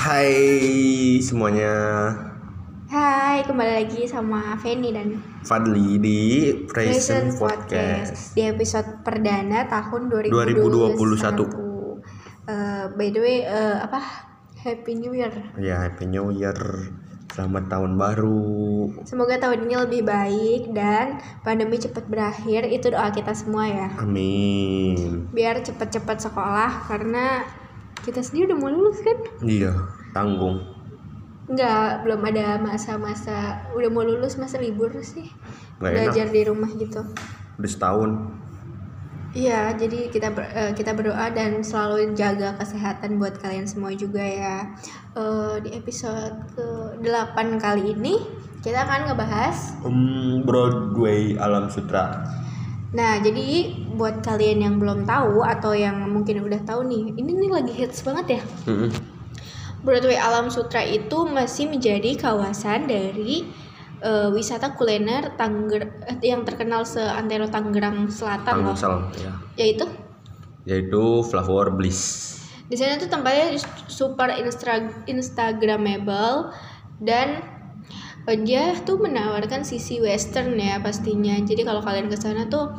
Hai semuanya, Hai, kembali lagi sama Feni dan Fadli di Present Present Podcast di episode perdana tahun 2021. By the way, Happy New Year. Ya, Happy New Year, selamat tahun baru. Semoga tahun ini lebih baik dan pandemi cepat berakhir. Itu doa kita semua ya. Amin. Biar cepat-cepat sekolah karena kita sendiri udah mau lulus kan? Iya, tanggung. Enggak, belum ada masa-masa udah mau lulus, masa libur sih. Nggak Belajar enak. di rumah gitu. Udah setahun. Iya, jadi kita berdoa dan selalu jaga kesehatan buat kalian semua juga ya. Di episode ke-8 kali ini kita akan ngebahas. Broadway Alam Sutra. Nah, jadi buat kalian yang belum tahu atau yang mungkin udah tahu nih, ini nih lagi hits banget ya. Broadway Alam Sutra itu masih menjadi kawasan dari wisata kuliner yang terkenal seantero Tangerang Selatan loh. Tangsel, ya. Yaitu Flower Bliss. di sana tuh tempatnya super instagramable dan dia tuh menawarkan sisi western ya pastinya. Jadi kalau kalian ke sana tuh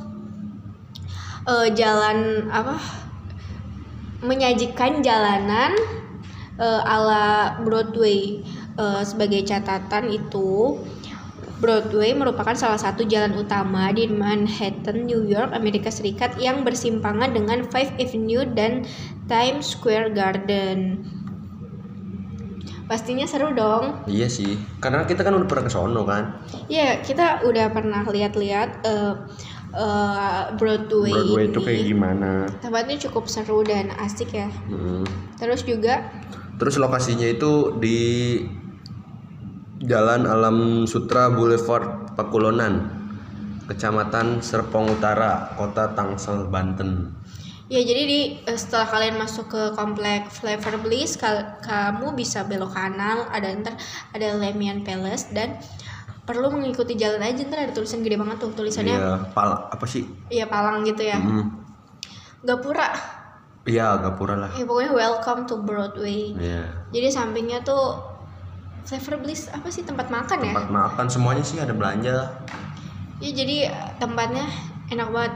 menyajikan jalanan ala Broadway. Sebagai catatan itu Broadway merupakan salah satu jalan utama di Manhattan, New York, Amerika Serikat yang bersimpangan dengan Fifth Avenue dan Times Square Garden. Pastinya seru dong. Iya sih, karena kita kan udah pernah ke sono kan. Ya, kita udah pernah lihat-lihat Broadway Itu kayak gimana? Tempatnya cukup seru dan asik ya. Terus lokasinya itu di Jalan Alam Sutra Boulevard Pakulonan, Kecamatan Serpong Utara, Kota Tangsel, Banten. Ya, jadi setelah kalian masuk ke komplek Flower Bliss, kamu bisa belok kanan, ada Lemian Palace dan perlu mengikuti jalan aja. Ntar ada tulisan gede banget tuh, tulisannya. Iya, apa sih? Iya, palang gitu ya. Gapura. Iya, Gapura lah. Ya, pokoknya welcome to Broadway. Iya. Jadi sampingnya tuh Flower Bliss apa sih, tempat makan ya? Tempat makan semuanya sih, ada belanja. Ya, jadi tempatnya enak banget.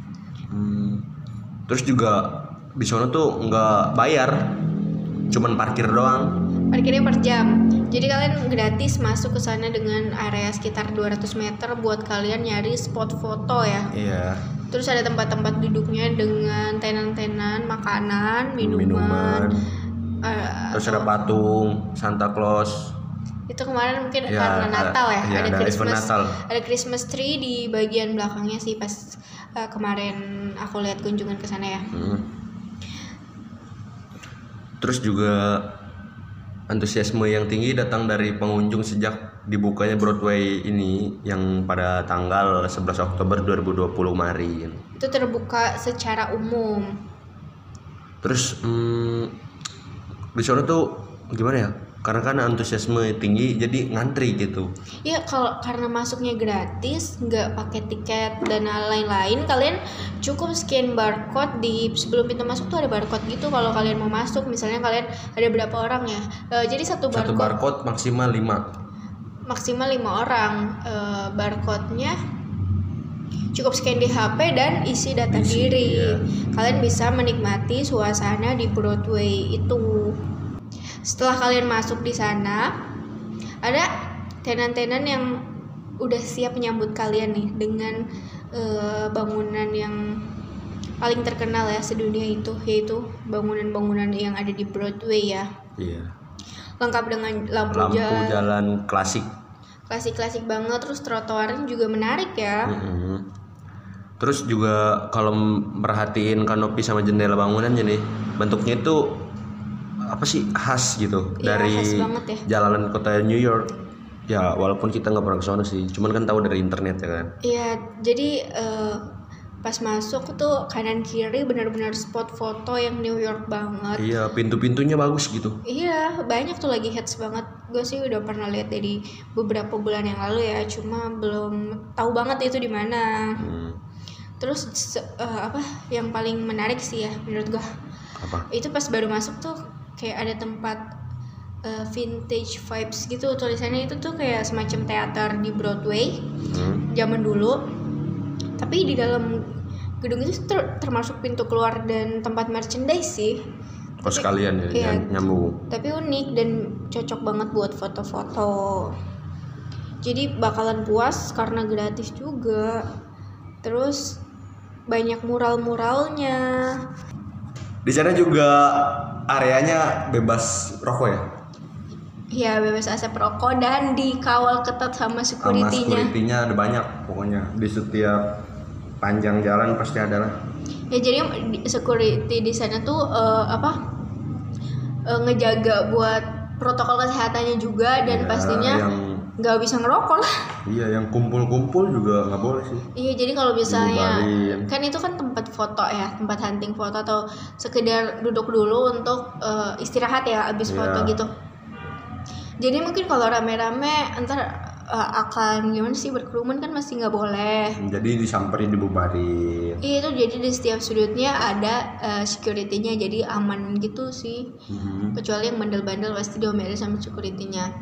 Terus juga di sana tuh nggak bayar, cuman parkir doang. Parkirnya per jam. Jadi kalian gratis masuk ke sana dengan area sekitar 200 meter buat kalian nyari spot foto ya. Iya. Terus ada tempat-tempat duduknya dengan tenan-tenan, makanan, minuman. Terus ada patung Santa Claus. Itu kemarin mungkin Ya, karena Natal ya. Iya, ada Christmas. Natal. Ada Christmas tree di bagian belakangnya sih pas kemarin aku lihat kunjungan ke sana ya. Terus juga antusiasme yang tinggi datang dari pengunjung sejak dibukanya Broadway ini yang pada tanggal 11 Oktober 2020 kemarin. Itu terbuka secara umum. Terus di sana tuh gimana ya? Karena kan antusiasme tinggi jadi ngantri gitu. Ya, karena masuknya gratis, nggak pakai tiket dan lain-lain, kalian cukup scan barcode di sebelum pintu masuk tuh ada barcode gitu. Kalau kalian mau masuk, misalnya kalian ada berapa orang ya, jadi satu barcode maksimal 5 orang. Barcode-nya cukup scan di HP dan isi data diri. Iya. Kalian bisa menikmati suasana di Broadway itu. Setelah kalian masuk di sana, ada tenan-tenan yang udah siap menyambut kalian nih dengan bangunan yang paling terkenal ya sedunia itu, yaitu bangunan-bangunan yang ada di Broadway ya. Iya. Lengkap dengan lampu jalan klasik banget. Terus trotoarnya juga menarik ya. Terus juga kalau merhatiin kanopi sama jendela bangunannya nih, bentuknya itu apa sih, khas gitu Ya, dari khas banget ya. jalanan kota New York. Ya walaupun kita nggak pernah ke sana sih, cuman kan tahu dari internet ya kan. Iya, jadi pas masuk tuh kanan kiri benar-benar spot foto yang New York banget. Iya, pintu-pintunya bagus gitu. Iya, banyak tuh lagi hits banget. Gue sih udah pernah lihat dari beberapa bulan yang lalu ya, cuma belum tahu banget itu di mana. Terus yang paling menarik sih ya menurut gue, Apa? itu pas baru masuk tuh kayak ada tempat vintage vibes gitu. Tulisannya itu tuh kayak semacam teater di Broadway zaman dulu. Tapi di dalam gedung itu termasuk pintu keluar dan tempat merchandise sih. Sekalian ya, iya, nyambung. Tapi unik dan cocok banget buat foto-foto. Jadi bakalan puas karena gratis juga. Terus banyak mural-muralnya. Di sana juga areanya bebas rokok ya? Iya, bebas asap rokok dan dikawal ketat sama security-nya. Sama security-nya ada banyak pokoknya. Di setiap panjang jalan pasti ada lah. Ya jadi security di sana tuh ngejaga buat protokol kesehatannya juga dan Ya, pastinya nggak bisa ngerokok lah. Iya, yang kumpul-kumpul juga nggak boleh sih. Iya, jadi kalau misalnya Dibubarin. kan itu kan tempat foto ya, tempat hunting foto atau sekedar duduk dulu untuk istirahat ya abis foto gitu. Jadi mungkin kalau rame-rame ntar akan gimana sih, berkerumun kan masih nggak boleh. Jadi disamperin, dibubarin. Iya, itu jadi di setiap sudutnya ada security-nya, jadi aman gitu sih. Kecuali yang bandel-bandel pasti diomelin sama security-nya.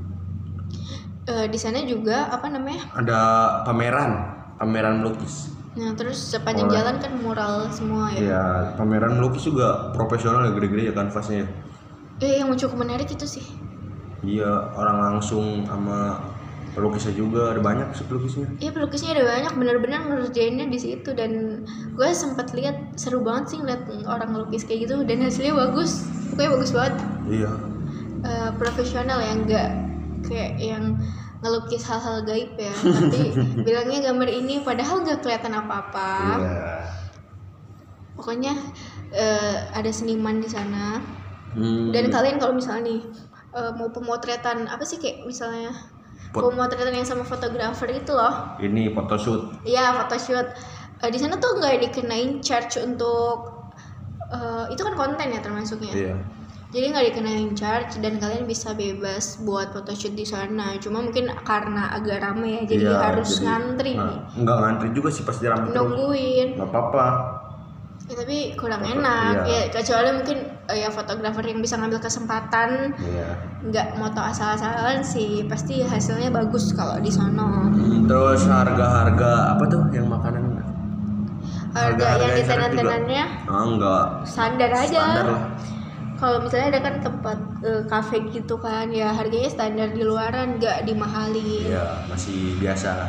Di sana juga Ada pameran melukis. Nah, terus sepanjang jalan kan mural semua ya. Iya, pameran melukis juga profesional ya, gede-gede ya kanvasnya. Yang cukup menarik itu sih. Iya, orang langsung sama pelukisnya juga ada banyak sih pelukisnya. Iya, pelukisnya ada banyak, benar-benar ngerjainnya di situ dan gue sempat lihat, seru banget sih ngeliat orang ngelukis kayak gitu dan hasilnya bagus, pokoknya bagus banget. Iya. Profesional ya, nggak kayak yang ngelukis hal-hal gaib ya, tapi bilangnya gambar ini padahal nggak kelihatan apa-apa. Iya. Pokoknya ada seniman di sana. Dan kalian kalau misalnya nih mau pemotretan apa sih, kayak misalnya pemotretan yang sama fotografer itu loh. Ini photoshoot. Iya, photoshoot. Di sana tuh nggak dikenain charge untuk itu kan konten ya termasuknya. Iya. Jadi nggak dikenain charge dan kalian bisa bebas buat photoshoot di sana. Cuma mungkin karena agak rame ya, jadi harus ngantri. Enggak ngantri juga sih, pasti rame terus. Nungguin. Nggak apa-apa. Ya, tapi kurang enak. Ya kecuali mungkin ya fotografer yang bisa ngambil kesempatan. Iya. Nggak moto asal-asalan sih, pasti hasilnya bagus kalau di sono. Terus harga-harga apa tuh yang makanan? Harga yang di tenan-tenannya enggak standar aja. Standar lah. Kalau misalnya ada kan tempat kafe gitu kan, ya harganya standar di luaran, nggak dimahalin. Iya, masih biasa lah.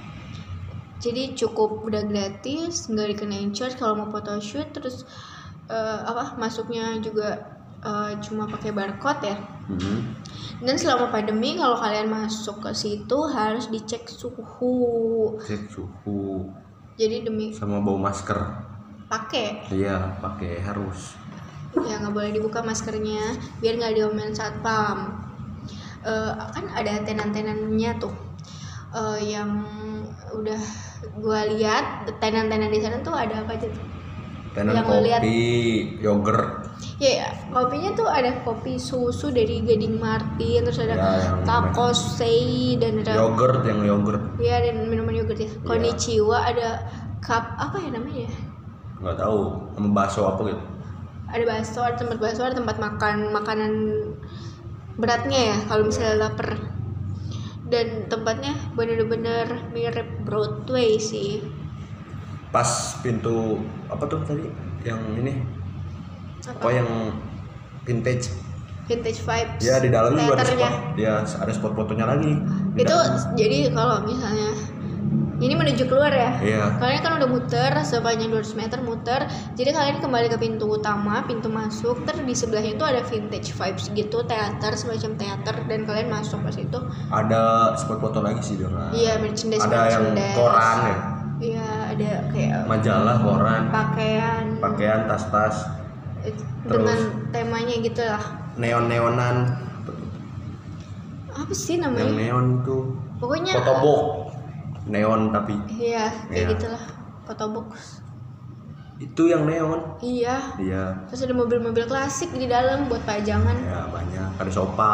Jadi cukup udah gratis, nggak dikenain charge kalau mau photoshoot. Terus masuknya juga cuma pakai barcode ya. Dan selama pandemi kalau kalian masuk ke situ harus dicek suhu. Cek suhu. Jadi demi sama bawa masker. Pakai. Iya, pakai harus. Ya nggak boleh dibuka maskernya biar nggak diomelin satpam. Kan ada tenan-tenannya tuh. Yang udah gue lihat tenan-tenan di sana tuh ada apa aja tuh? Tenan yang kopi, yogurt. Ya, kopinya tuh ada kopi susu dari Gading Martin, terus ada tacos sei dan ada yogurt. Iya, dan minuman yogurt ya. Konnichiwa, ada cup apa ya namanya? Nggak tahu, sama bakso apa gitu. Ada bakso, ada tempat bakso, ada tempat makan makanan beratnya ya kalau misalnya lapar. Dan tempatnya bener-bener mirip Broadway sih. Pas pintu apa tuh tadi yang ini apa yang vintage vibes ya, di dalam juga ada teaternya. spot ya, ada spot fotonya lagi itu dalam. Jadi kalau misalnya ini menuju keluar ya, kalian kan udah muter sepanjang 200 meter muter, jadi kalian kembali ke pintu utama, pintu masuk, terus di sebelahnya itu ada vintage vibes gitu, teater, semacam teater, dan kalian masuk ke situ. Ada spot foto lagi sih dengan. Iya, merchandise. Ada yang koran ya. Iya, ada kayak majalah, koran, pakaian, tas-tas. Dengan temanya gitu lah. Neon-neonan. Apa sih namanya? Yang neon tuh. Pokoknya fotobox. Neon tapi. Iya, kayak gitulah. Photobox. Itu yang neon. Iya. Iya. Terus ada mobil-mobil klasik di dalam buat pajangan. Ya, banyak. Ada sofa.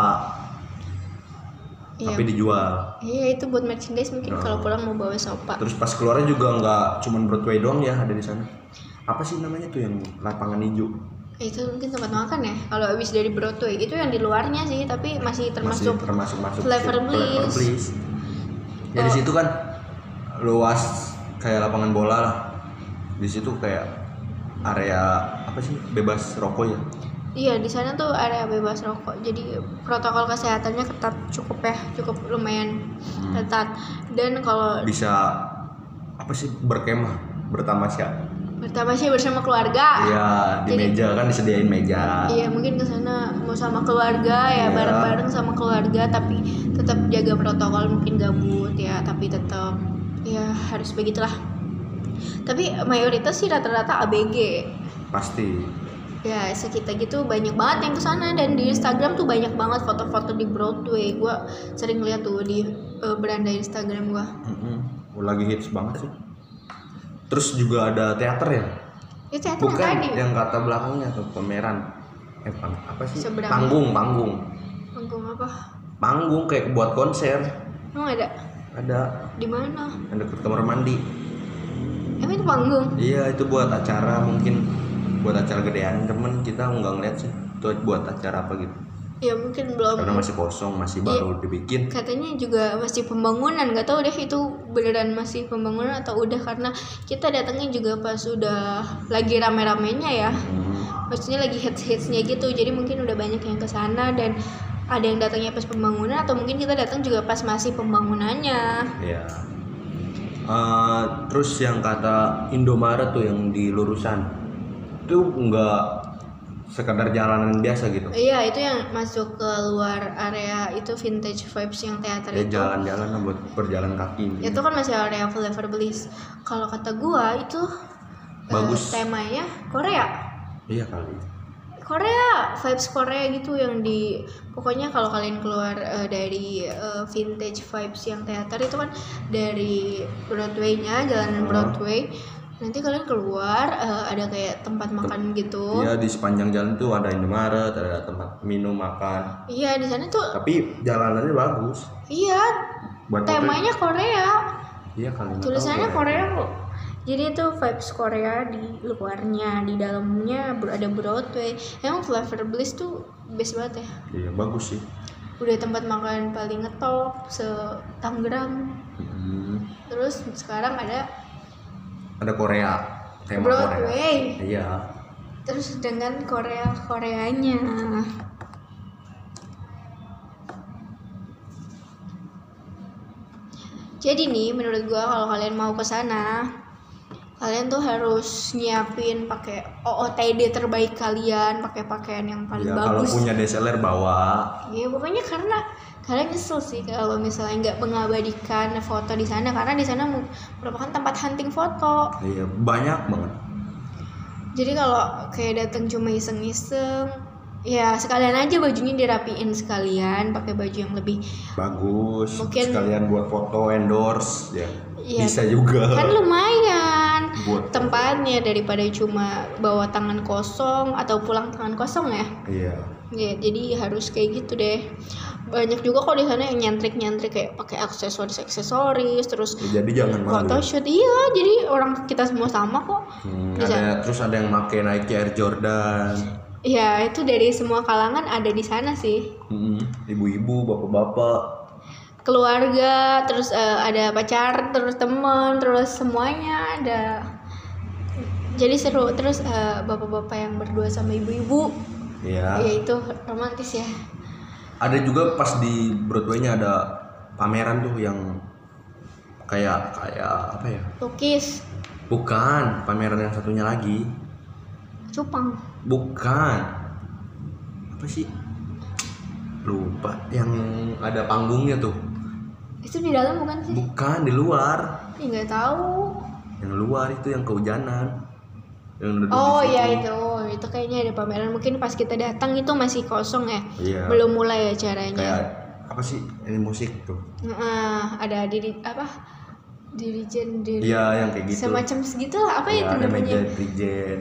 Iya. Tapi dijual. Iya, itu buat merchandise mungkin kalau pulang mau bawa sofa. Terus pas keluarnya juga nggak cuman Broadway doang ya ada di sana. Apa sih namanya tuh yang lapangan hijau? Itu mungkin tempat makan ya. Kalau habis dari Broadway itu yang di luarnya sih, tapi masih termasuk masuk Flavor Bliss. Bliss. Ya di situ kan luas kayak lapangan bola lah. Di situ kayak area apa sih, bebas rokok ya. Iya, di sana tuh area bebas rokok. Jadi protokol kesehatannya ketat, cukup lumayan ketat. Dan kalau Bisa apa sih, berkemah, bertamasya. bertamasya bersama keluarga. Iya, di Jadi- meja kan disediain meja. Iya, mungkin ke sana mau sama keluarga ya, Iya. bareng-bareng sama keluarga, tapi tetap jaga protokol, mungkin gabut ya, tapi tetap ya harus begitulah. Tapi mayoritas sih rata-rata ABG. Pasti. Ya, sekitar gitu banyak banget yang kesana, dan di Instagram tuh banyak banget foto-foto di Broadway. Gua sering lihat tuh di beranda Instagram gua. Lagi hits banget sih. Terus juga ada teater ya? Itu teater yang Bukan tadi. yang kata belakangnya tuh pameran. Apa sih? Seberang. Panggung. Panggung apa? Panggung kayak buat konser. Emang ada? Ada Di mana? yang deket kamar mandi. Emang itu panggung? Iya, itu buat acara, mungkin buat acara gedean, temen kita nggak ngeliat sih. Itu buat acara apa gitu. Ya mungkin belum. Karena masih kosong, masih baru dibikin. Katanya juga masih pembangunan, nggak tahu deh itu beneran masih pembangunan atau udah, karena kita datangnya juga pas udah lagi rame-ramenya ya, maksudnya lagi hits-hitsnya gitu, jadi mungkin udah banyak yang kesana, dan ada yang datangnya pas pembangunan, atau mungkin kita datang juga pas masih pembangunannya. Iya. Terus yang kata Indomaret tuh yang di lurusan itu nggak sekadar jalanan biasa gitu. Iya, itu yang masuk ke luar area itu vintage vibes yang teater Ya itu. jalan-jalan lah buat berjalan kaki. Itu kan masih area Flavor Bliss. Kalau kata gua itu Bagus. temanya Korea. Iya kali. Korea, vibes Korea gitu yang di, pokoknya kalau kalian keluar dari vintage vibes yang teater itu kan dari Broadway-nya, jalanan Broadway. Nanti kalian keluar ada kayak tempat makan gitu. Iya, di sepanjang jalan tuh ada Indomaret, ada tempat minum makan. Iya, di sana tuh Tapi jalanannya bagus. iya, Buat foto- temanya Korea. Iya kali. nggak Tulisannya tahu, Korea kok. Jadi itu vibes Korea di luarnya, di dalamnya ada Broadway. Emang Flavor Bliss tuh best banget ya. Iya bagus sih. Udah tempat makan paling ngetop se-Tangerang. Terus sekarang ada Korea, tema Korea. Broadway. Iya. Terus dengan Koreanya. Jadi nih menurut gua kalau kalian mau ke sana, kalian tuh harus nyiapin pakai OOTD terbaik kalian, pakai pakaian yang paling Ya, kalau bagus. punya DSLR bawa. Ya pokoknya karena kalian nyesel sih kalau misalnya nggak mengabadikan foto di sana, karena di sana merupakan tempat hunting foto. Iya, banyak banget. Jadi kalau kayak datang cuma iseng-iseng, ya sekalian aja bajunya dirapiin sekalian, pakai baju yang lebih Bagus. Mungkin- Sekalian buat foto endorse ya. Iya. Bisa juga. kan lumayan Buat tempatnya daripada cuma bawa tangan kosong atau pulang tangan kosong ya. Iya. Ya, jadi harus kayak gitu deh. Banyak juga kok di sana yang nyantrik kayak pakai aksesoris terus Ya, jadi jangan malu. photoshoot. Iya, jadi orang kita semua sama kok. Bisa. Terus ada yang pakai Nike Air Jordan. Ya, itu dari semua kalangan ada di sana sih. Ibu-ibu, bapak-bapak. Keluarga, terus ada pacar, terus teman, terus semuanya ada. Jadi seru. Terus bapak-bapak yang berdua sama ibu-ibu, Iya. ya itu romantis ya. Ada juga pas di Broadway-nya ada pameran tuh yang kayak apa ya? Lukis, Bukan, pameran yang satunya lagi. cupang. Bukan. Apa sih? Lupa. Yang ada panggungnya tuh. Itu di dalam bukan sih? Bukan, di luar. Ih, nggak tahu. Yang luar itu yang kehujanan. Yang duduk Oh di situ. iya itu kayaknya ada pameran. Mungkin pas kita datang itu masih kosong ya. Iya. Belum mulai acaranya. Kayak apa sih? Ini musik tuh. Ada dirijen Iya, yang kayak gitu. semacam segitulah. Apa Iya, itu ada meja namanya? dirijen.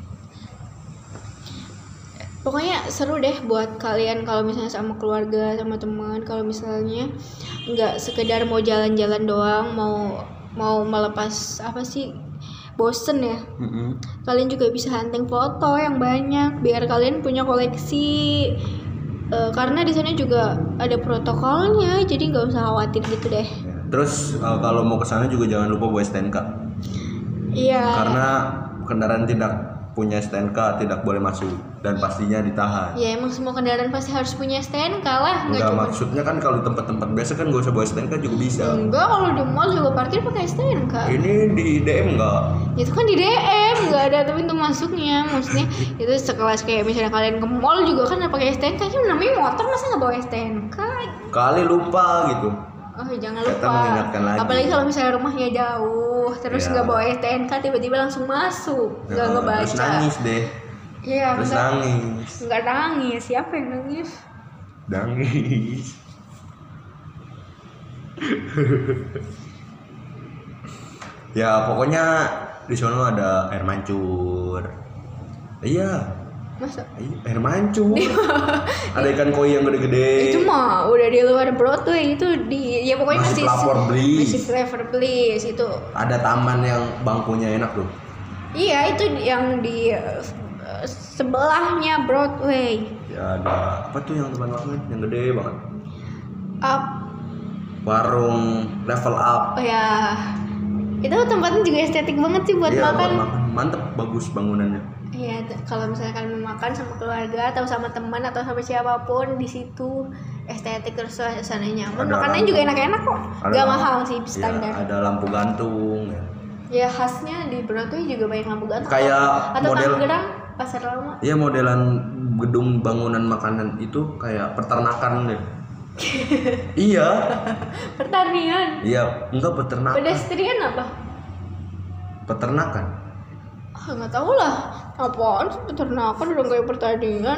Pokoknya seru deh buat kalian kalau misalnya sama keluarga, sama teman. Kalau misalnya nggak sekedar mau jalan-jalan doang, mau melepas apa sih bosen ya, kalian juga bisa hunting foto yang banyak biar kalian punya koleksi. Karena di sana juga ada protokolnya, jadi nggak usah khawatir gitu deh. Terus kalau mau ke sana juga jangan lupa bawa STNK. Iya. Karena kendaraan tidak punya STNK tidak boleh masuk dan pastinya ditahan. Ya emang semua kendaraan pasti harus punya STNK lah. Enggak, maksudnya kan kalau di tempat-tempat biasa kan gak usah bawa STNK juga bisa. Enggak, kalau di mall juga parkir pakai STNK. Ini di DM enggak? Itu kan di DM nggak ada tapi pintu masuknya. Maksudnya itu sekelas kayak misalnya kalian ke mall juga kan nggak pakai STNK, kan namanya motor masa nggak bawa STNK? Kali lupa gitu. Oh jangan Kita lupa. mengingatkan lagi. Apalagi kalau misalnya rumahnya jauh, terus nggak bawa STNK tiba-tiba langsung masuk, nggak ngebaca. Terus nangis deh. Iya. Terus nangis. Nggak nangis, siapa yang nangis? Nangis. Ya pokoknya di sana ada air mancur. Iya. Masa? Air mancur. Ada ikan koi yang gede-gede. Itu mah udah di luar Broadway, itu di ya pokoknya Masih Flavor Bliss. Masih Flavor Bliss itu. Ada taman yang bangkunya enak tuh. Iya, itu yang di sebelahnya Broadway. Ya ada apa tuh yang teman makan yang gede banget. Up. Warung Level Up. Oh ya. Itu tempatnya juga estetik banget sih buat Iya, makan. buat makan. Mantep, bagus bangunannya. Iya, kalau misalnya kalian mau makan sama keluarga atau sama teman atau sama siapapun di situ estetik terus suasananya nyaman. Ada Makanannya lampu. juga enak-enak kok. Gak mahal sih standar. Ya, ada lampu gantung ya. Ya khasnya di Broadway juga banyak lampu gantung. Kayak atau model Tangerang Pasar Lama. Iya, modelan gedung bangunan makanan itu kayak peternakan deh. Iya. Pertanian. Iya, enggak peternakan. Pedestrian apa? Peternakan. Nggak tahu lah. Apaan sih peternakan udah kayak pertanian.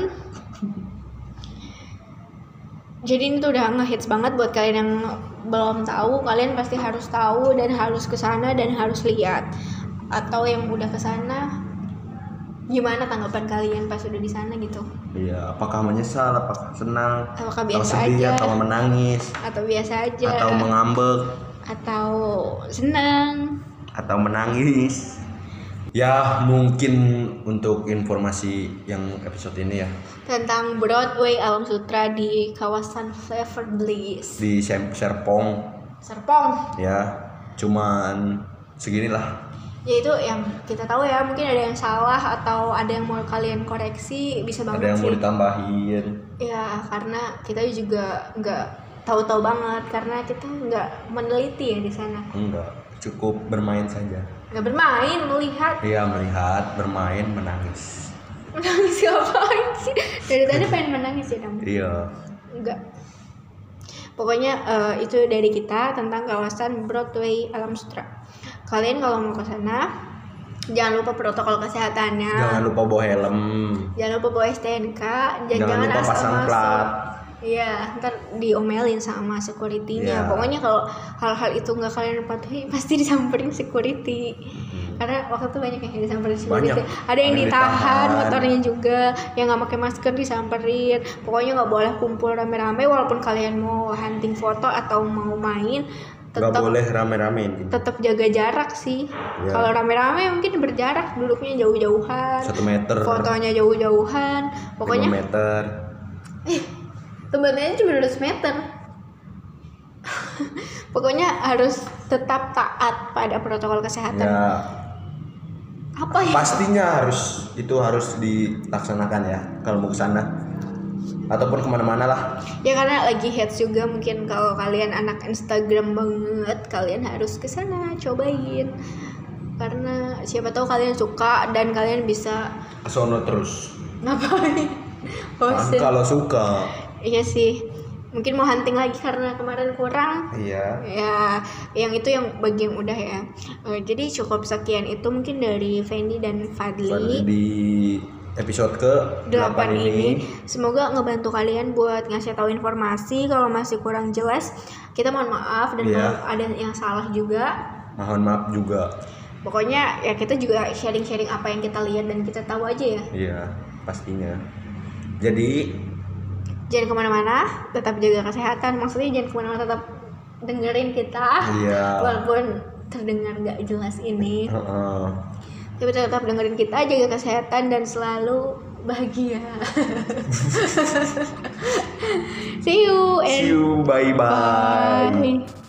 Jadi ini tuh udah ngehits banget buat kalian yang belum tahu. Kalian pasti harus tahu dan harus kesana dan harus lihat. Atau yang udah kesana, gimana tanggapan kalian pas udah di sana gitu? Iya, apakah menyesal, apakah senang, Apakah atau biasa sedih, aja? atau menangis, Atau biasa aja? atau mengambek, Atau senang? atau menangis. Ya mungkin untuk informasi yang episode ini ya Tentang Broadway Alam Sutra di kawasan Flavor Bliss di Serpong Serpong. ya, cuman seginilah. Ya itu yang kita tahu ya, mungkin ada yang salah atau ada yang mau kalian koreksi bisa banget Ada yang sih. mau ditambahin. Ya karena kita juga nggak tahu-tahu banget karena kita nggak meneliti ya di sana. Enggak, cukup bermain saja. Nggak bermain, melihat. Iya, melihat, bermain, menangis. Menangis ngapain sih? Dari tadi pengen menangis ya kamu? Iya. Enggak. Pokoknya itu dari kita tentang kawasan Broadway Alam Sutra. Kalian kalau mau ke sana jangan lupa protokol kesehatannya. Jangan lupa bawa helm. Jangan lupa bawa STNK. Jangan lupa asal pasang masuk. plat. Iya, ntar diomelin sama security-nya. Iya. Pokoknya kalau hal-hal itu nggak kalian patuhi, pasti disamperin security. Karena waktu itu banyak yang disamperin security. Banyak. Ada yang Ada yang ditahan, ditahan. motornya juga. Yang nggak pakai masker disamperin. Pokoknya nggak boleh kumpul rame-rame. Walaupun kalian mau hunting foto atau mau main, Nggak tetap boleh rame-rame. tetap jaga jarak sih. Ya. Kalau rame-rame mungkin berjarak, duduknya jauh-jauhan. 1 meter. Fotonya jauh-jauhan. 5 Pokoknya meter. tempatnya cuma 200 meter. Pokoknya harus tetap taat pada protokol kesehatan. Ya, Apa ya? pastinya harus dilaksanakan ya kalau mau ke sana ataupun kemana-mana lah. Ya karena lagi hits juga, mungkin kalau kalian anak Instagram banget, kalian harus ke sana cobain. Karena siapa tahu kalian suka dan kalian bisa Kesono terus. ngapain? Kan Bosen. kalau suka. Iya sih. Mungkin mau hunting lagi karena kemarin kurang. Iya. Ya, yang itu yang bagi yang udah ya. Jadi cukup sekian itu mungkin dari Fendi dan Fadli. Di episode ke 8 ini. Semoga ngebantu kalian buat ngasih tahu informasi. Kalau masih kurang jelas, kita mohon maaf, dan Iya. kalau ada yang salah juga, Mohon maaf juga. pokoknya ya kita juga sharing-sharing apa yang kita lihat dan kita tahu aja ya. Iya, pastinya. Jadi Jangan kemana-mana, tetap jaga kesehatan. Maksudnya jangan kemana-mana, tetap dengerin kita. Iya. Walaupun terdengar nggak jelas ini. Heeh. Tapi tetap dengerin kita, jaga kesehatan dan selalu bahagia. See you and See you, bye bye. bye.